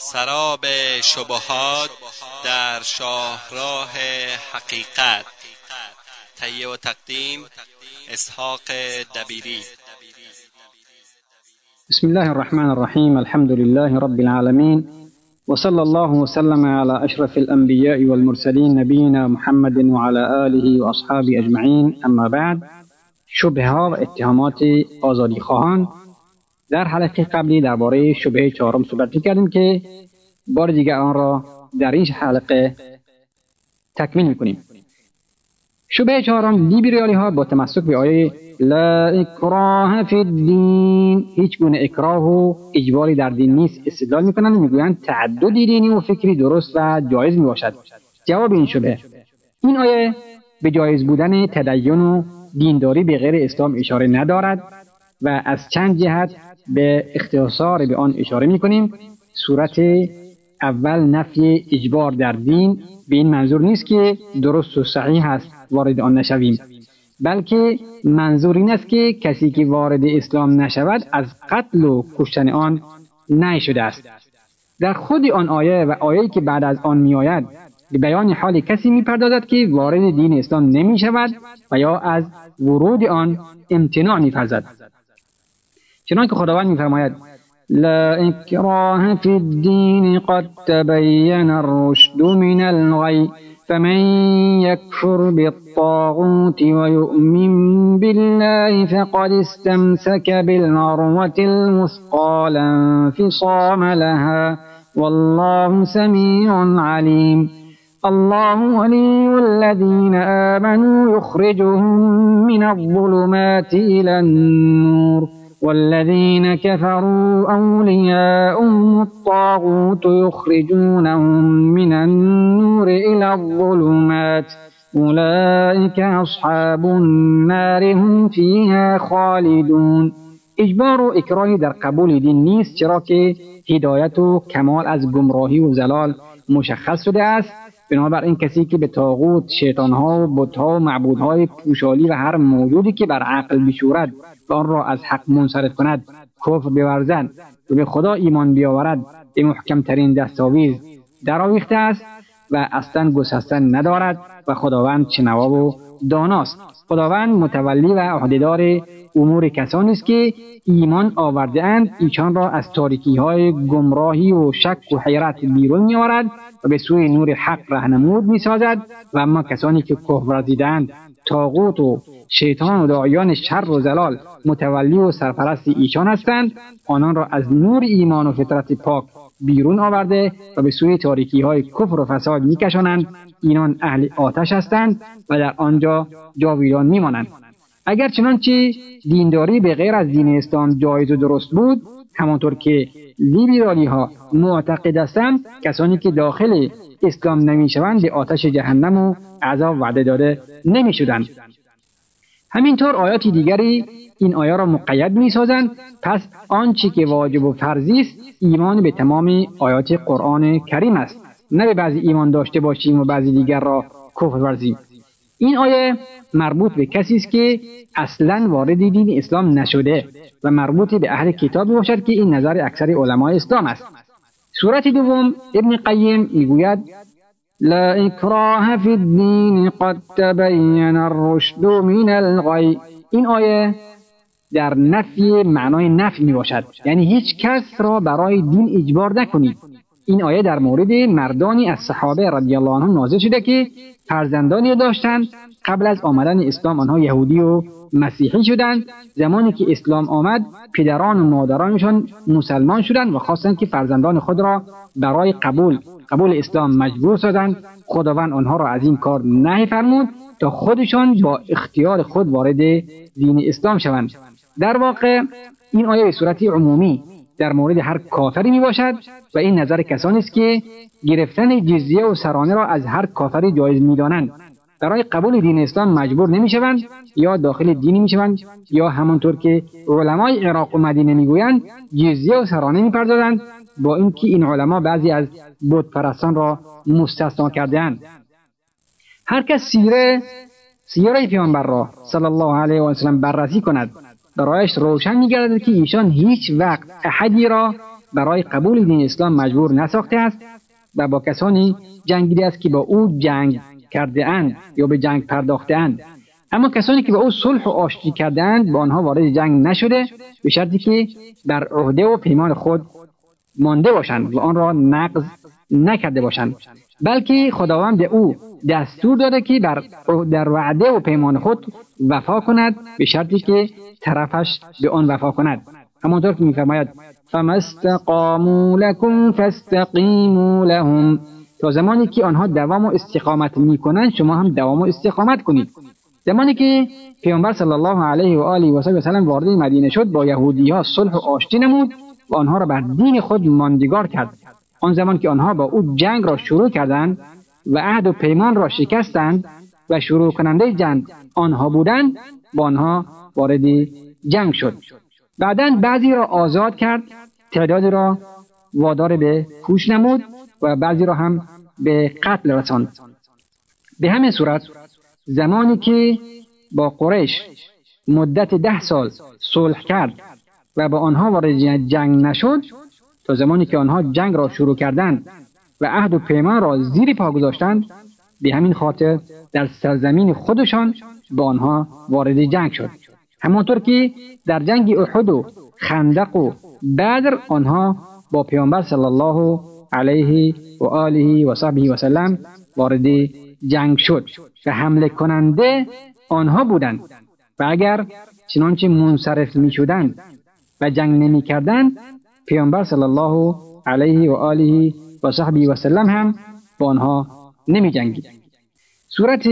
سراب شبهات در شاهراه حقیقت. تهیه و تقدیم اسحاق دبیری. بسم الله الرحمن الرحیم. الحمد لله رب العالمین و صلی الله وسلم علی اشرف الانبیاء والمرسلین نبینا محمد وعلى آله و اصحابه اجمعین. اما بعد، شبهه ها و اتهامات آزادی خواهان. در حلقه قبلی درباره شبهه چهارم صحبت کردیم که بار دیگر آن را در این حلقه تکمیل میکنیم. شبهه چهارم، لیبرالی ها با تمسک به آیه لا اکراه فی الدین، هیچ گونه اکراه و اجباری در دین نیست، استدلال میکنند و میگویند تعدد دینی و فکری درست و جایز میباشد. جواب این شبهه: این آیه به جایز بودن تدین و دینداری به غیر اسلام اشاره ندارد و از چند جهت به اختصار به آن اشاره میکنیم. صورت اول، نفی اجبار در دین به این منظور نیست که درست و صحیح است وارد آن نشویم، بلکه منظور این است که کسی که وارد اسلام نشود از قتل و کشتن آن نهی شده است. در خود آن آیه و آیه‌ای که بعد از آن میآید به بیان حال کسی میپردازد که وارد دین اسلام نمی شود و یا از ورود آن امتناع می‌ورزد. چنانکه خداوند می‌فرماید لا اکراه فی الدین قد تبین الرشد من الغی فمن یکفر بالطاغوت ویؤمن بالله فقد استمسک بالعروة الوثقی لا انفصام لها والله سمیع علیم. الله ولي الذين آمنوا يخرجهم من الظلمات إلى النور والذين كفروا أولياؤهم الطاغوت يخرجونهم من النور إلى الظلمات أولئك أصحاب النار هم فيها خالدون. اجبار و اکراهی در قبول دین نیست، چرا که هدایت و کمال از گمراهی و ضلال مشخص شده است. بنابراین کسی که به طاغوت، شیطانها و بتها و معبودهای پوشالی و هر موجودی که بر عقل بشورد و آن را از حق منصرف کند کفر بورزد و به خدا ایمان بیاورد، به محکمترین دستاویز درآویخته است و اصلا گسستن ندارد و خداوند شنوا و داناست. خداوند متولی و عهدهدار امور کسانی است که ایمان آورده اند، ایشان را از تاریکی های گمراهی و شک و حیرت بیرون می آورد و به سوی نور حق راهنمود می سازد. و اما کسانی که کفر ورزیدند، طاغوت و شیطان و داعیان شر و ضلال متولی و سرپرست ایشان هستند، آنان را از نور ایمان و فطرت پاک بیرون آورده و به سوی تاریکی های کفر و فساد می کشانند. اینان اهل آتش هستند و در آنجا جاویدان می مانند. اگر چنانچه دینداری به غیر از دین اسلام جایز و درست بود، همانطور که لیبرالی ها معتقد هستند، کسانی که داخل اسلام نمی شوند به آتش جهنم و عذاب وعده داده نمی شدند. همینطور آیات دیگری این آیه را مقید می سازند. پس آنچه که واجب و فرضی است ایمان به تمام آیات قرآن کریم است، نه به بعضی ایمان داشته باشیم و بعضی دیگر را کفر ورزیم. این آیه مربوط به کسی است که اصلا وارد دین اسلام نشده و مربوط به اهل کتاب باشد که این نظر اکثر علمای اسلام است. سورت دوم، ابن قیم میگوید لا اکراه فی الدین قد تبین الرشد من الغی. این آیه در نفی معنای نفی می باشد، یعنی هیچ کس را برای دین اجبار نکنید. این آیه در مورد مردانی از صحابه رضی الله عنهم نازل شده که فرزندانی داشتند. قبل از آمدن اسلام آنها یهودی و مسیحی شدند. زمانی که اسلام آمد، پدران و مادرانشان مسلمان شدند و خواستند که فرزندان خود را برای قبول اسلام مجبور سازند. خداوند آنها را از این کار نهی فرمود تا خودشان با اختیار خود وارد دین اسلام شوند. در واقع این آیه به صورت عمومی در مورد هر کافری می باشد و این نظر کسانی است که گرفتن جزیه و سرانه را از هر کافری جایز می دانند. برای قبول دین اسلام مجبور نمی شوند، یا داخل دینی می شوند، یا همانطور که علمای عراق و مدینه می گویند جزیه و سرانه می پردازند، با اینکه این علما بعضی از بت پرستان را مستثنا کرده‌اند. هر کس سیره پیامبر را صلی الله علیه و سلم بررسی کند، برایش روشن می‌گردد که ایشان هیچ وقت احدی را برای قبول دین اسلام مجبور نساخته است و با کسانی جنگیده است که با او جنگ کرده اند یا به جنگ پرداخته اند. اما کسانی که با او صلح و آشتی کرده اند با آنها وارد جنگ نشده، به شرطی که بر عهده و پیمان خود مانده باشند و آن را نقض نکرده باشند، بلکه خداوند او دستور داده که در وعده و پیمان خود وفا کند، به شرطی که طرفش به آن وفا کند. همانطور که می‌فرماید فما استقاموا لكم فاستقیموا لهم، تا زمانی که آنها دوام و استقامت میکنند شما هم دوام و استقامت کنید. زمانی که پیامبر صلی الله علیه و آله و سلم وارد مدینه شد، با یهودی‌ها صلح و آشتی نمود و آنها را بر دین خود ماندگار کرد. آن زمان که آنها با او جنگ را شروع کردند و عهد و پیمان را شکستند و شروع کننده جنگ آنها بودند، با آنها وارد جنگ شد. بعداً بعضی را آزاد کرد، تعدادی را وادار به کوش نمود و بعضی را هم به قتل رساند. به همین صورت زمانی که با قریش مدت 10 سال صلح کرد و با آنها وارد جنگ نشد، تا زمانی که آنها جنگ را شروع کردند و عهد و پیمان را زیر پا گذاشتند، به همین خاطر در سرزمین خودشان با آنها وارد جنگ شد. همانطور که در جنگ احد و خندق و بدر آنها با پیامبر صلی الله علیه و آله و صحبه و سلم وارد جنگ شد و حمله کننده آنها بودند و اگر چنانچه منصرف می شدند و جنگ نمی کردند، پیامبر صلی الله علیه و آله و صحبه و سلم هم با آنها نمی جنگید. سورت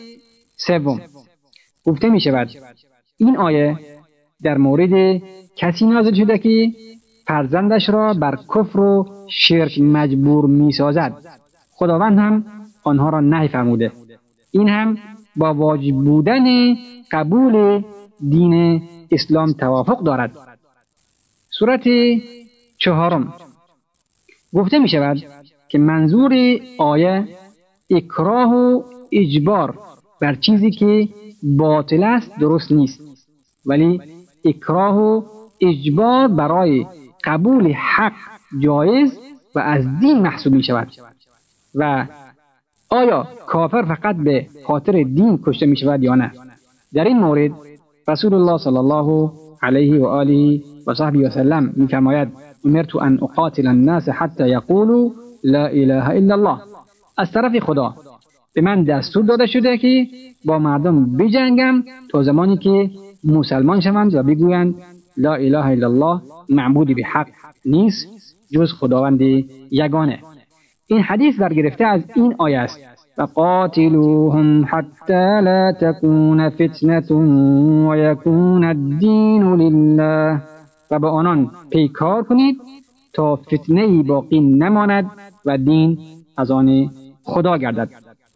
3 گفته می شود این آیه در مورد کسی نازل شده که فرزندش را بر کفر و شرک مجبور می سازد. خداوند هم آنها را نهی فرموده. این هم با واجب بودن قبول دین اسلام توافق دارد. سورت 4 گفته می شود که منظور آیه اکراه و اجبار بر چیزی که باطل است درست نیست، ولی اکراه و اجبار برای قبول حق جایز و از دین محسوب می شود. و آیا کافر فقط به خاطر دین کشته می شود یا نه؟ در این مورد رسول الله صلی الله علیه و آله و صحبه و سلم می فرماید امرت ان اقاتل الناس حتی یقولوا لا اله الا الله. از طرف خدا به من دستور داده شده که با مردم بجنگم تا زمانی که مسلمان شوند و بگویند لا اله الا الله، معبودی به حق نیست جز خداوند یگانه. این حدیث برگرفته از این آیه است و قاتلوهم حتی لا تكون فتنة و یکون الدین لله، و با آنان پیکار کنید تا فتنه‌ای باقی نماند و دین از آن خدا گردد.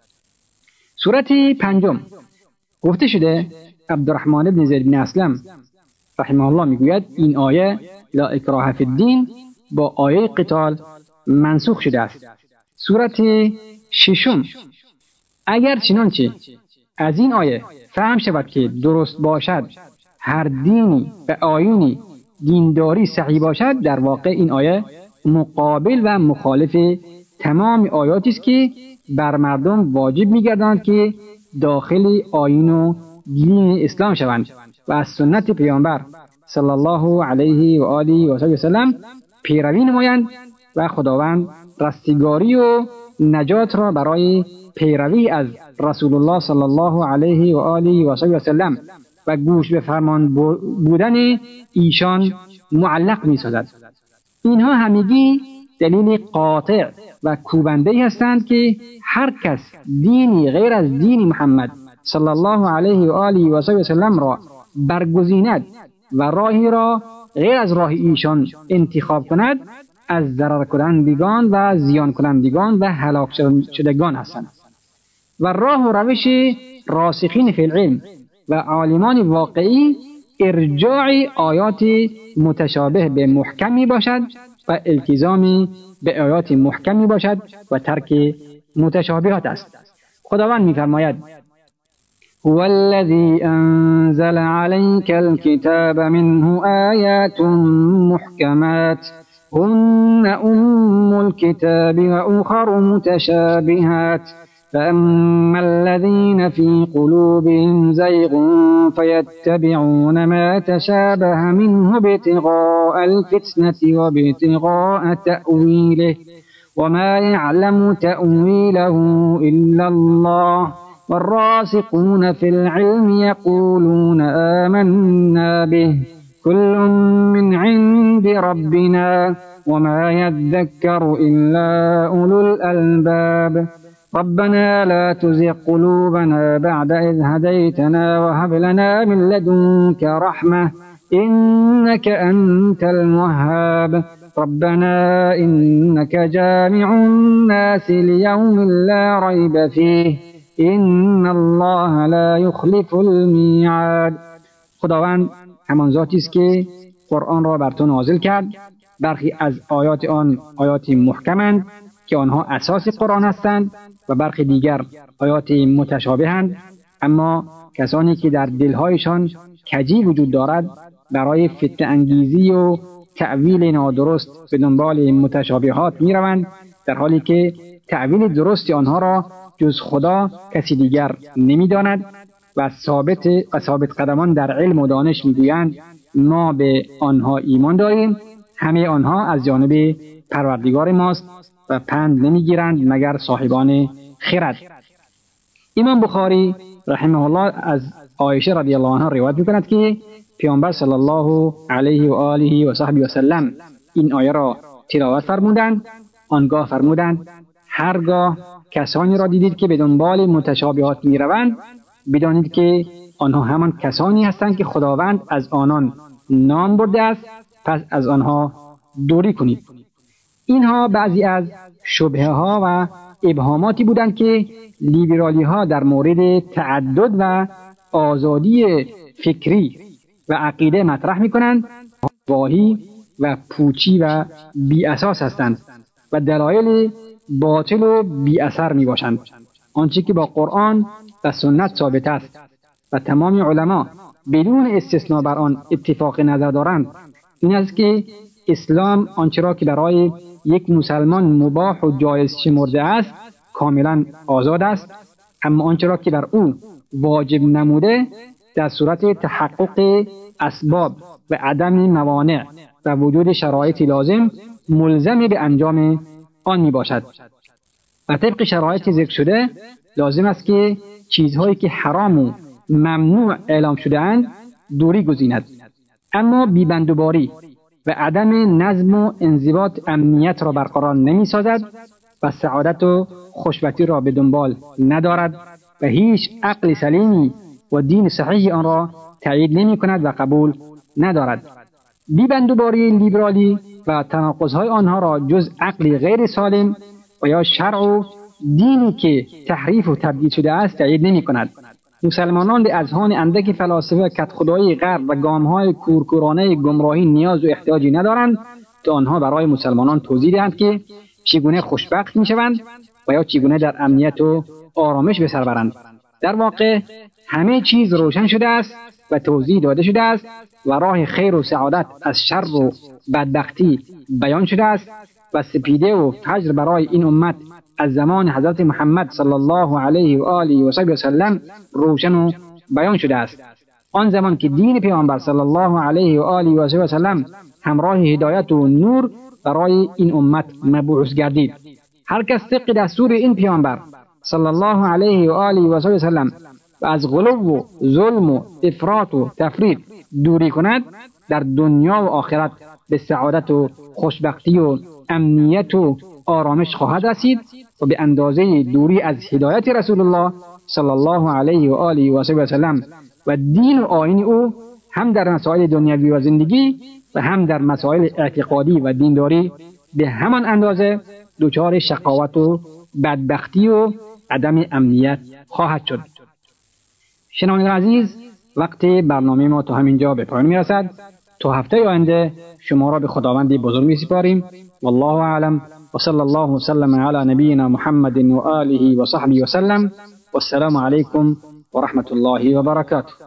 سورت 5 گفته شده عبدالرحمن بن زید بن اسلم رحمه الله میگوید این آیه لا اکراه فی الدین با آیه قتال منسوخ شده است. سورت 6 اگر چنانچه از این آیه فهم شود که درست باشد هر دینی و آیینی دینداری صحیح باشد، در واقع این آیه مقابل و مخالف تمام آیاتی است که بر مردم واجب می‌گرداند که داخل آیین و دین اسلام شوند و از سنت پیامبر صلی الله علیه و آله و سلم پیروی نمایند و خداوند رستگاری و نجات را برای پیروی از رسول الله صلی الله علیه و آله و سلم و گوش به فرمان بودن ایشان معلق می‌سازد. اینها همگی دلیل قاطع و کوبنده هستند که هر کس دینی غیر از دین محمد صلی الله علیه و آله و سلم را برگزیند و راهی را غیر از راه ایشان انتخاب کند، از ضرر کنندگان و زیان کنندگان و هلاک شدگان هستند. و راه و روش راسخین فی العلم و عالمان واقعی ارجاع آیات متشابه به محکمی باشد و التزام به آیات محکمی باشد و ترک متشابهات است. خداوند می‌فرماید هو الذی انزل عليك الكتاب منه آیات محکمات هن أم الكتاب وأخر متشابهات فأما الذين في قلوبهم زيغ فيتبعون ما تشابه منه ابتغاء الفتنة وابتغاء تأويله وما يعلم تأويله إلا الله والراسخون في العلم يقولون آمنا به كل من عند ربنا وما يذكر إلا أولو الألباب ربنا لا تزغ قلوبنا بعد إذ هديتنا وهب لنا من لدنك رحمة إنك أنت الوهاب ربنا إنك جامع الناس ليوم لا ريب فيه إن الله لا يخلف الميعاد. خداوند همان ذاتی است که قرآن را بر تو نازل کرد. برخی از آیات آن آیات محکمند که آنها اساس قرآن هستند و برخی دیگر آیات متشابهند، اما کسانی که در دلهایشان کجی وجود دارد برای فتنه انگیزی و تأویل نادرست به دنبال متشابهات می روند، در حالی که تأویل درست آنها را جز خدا کسی دیگر نمی داند و ثابت قدمان در علم و دانش می گویند ما به آنها ایمان داریم، همه آنها از جانب پروردگار ماست و پند نمی گیرند مگر صاحبان خرد. امام بخاری رحمه الله از عایشه رضی الله عنها روایت می‌کند که پیامبر صلی الله علیه و آله و صحبه و سلم این آیه را تلاوت فرمودند. آنگاه فرمودند هرگاه کسانی را دیدید که به دنبال متشابهات می‌روند، بدانید که آنها همان کسانی هستند که خداوند از آنان نام برده است، پس از آنها دوری کنید. اینها بعضی از شبهه ها و ابهاماتی بودند که لیبرالی ها در مورد تعدد و آزادی فکری و عقیده مطرح می کنند. واهی و پوچی و بی اساس هستند و دلایل باطل و بی اثر می باشند. آنچه که با قرآن و سنت ثابت است و تمام علما بدون استثناء بر آن اتفاق نظر دارند این است که اسلام آنچه را که برای یک مسلمان مباح و جایز شمرده است کاملا آزاد است، اما آنچه را که بر او واجب نموده در صورت تحقق اسباب و عدم موانع و وجود شرایط لازم ملزم به انجام آن می باشد. و طبق شرایط ذکر شده لازم است که چیزهایی که حرام و ممنوع اعلام شده اند دوری گزیند، اما بیبندوباری و عدم نظم و انضباط امنیت را برقرار نمی سازد و سعادت و خوشبختی را به دنبال ندارد و هیچ عقل سلیمی و دین صحیح آن را تایید نمی کند و قبول ندارد. بیبندوباری لیبرالی و تناقض‌های آنها را جز عقل غیر سالم و یا شرع و دینی که تحریف و تبدیل شده است تایید نمی کند. مسلمانان به اذهان اندک فلاسفه کدخدایی غرب و گام‌های کورکورانه گمراهی نیاز و احتیاجی ندارند تا آنها برای مسلمانان توضیح دهند که چگونه خوشبخت می‌شوند و یا چگونه در امنیت و آرامش به سر برند. در واقع همه چیز روشن شده است و توضیح داده شده است و راه خیر و سعادت از شر و بدبختی بیان شده است و سپیده و فجر برای این امت از زمان حضرت محمد صلی الله علیه و آله و صحبه وسلم روشن و بیان شده است. آن زمان که دین پیامبر صلی الله علیه و آله و صحبه وسلم همراه هدایت و نور برای این امت مبعوث گردید. هر کس طبق دستور این پیامبر صلی الله علیه و آله و صحبه وسلم و از غلو و ظلم و افراط و تفرید دوری کند در دنیا و آخرت به سعادت و خوشبختی و امنیت و آرامش خواهد رسید و به اندازه دوری از هدایت رسول الله صلی الله علیه و آله و سلم و دین و آیین او هم در مسائل دنیوی و زندگی و هم در مسائل اعتقادی و دینداری به همان اندازه دچار شقاوت و بدبختی و عدم امنیت خواهد شد. شنوندگان عزیز، وقت برنامه ما تا همینجا به پایان میرسد. تا هفته آینده شما را به خداوند بزرگ میسپاریم. والله اعلم و صلی الله وسلم علی نبینا محمد و آله و صحبه وسلم. والسلام علیکم و رحمت الله و برکاته.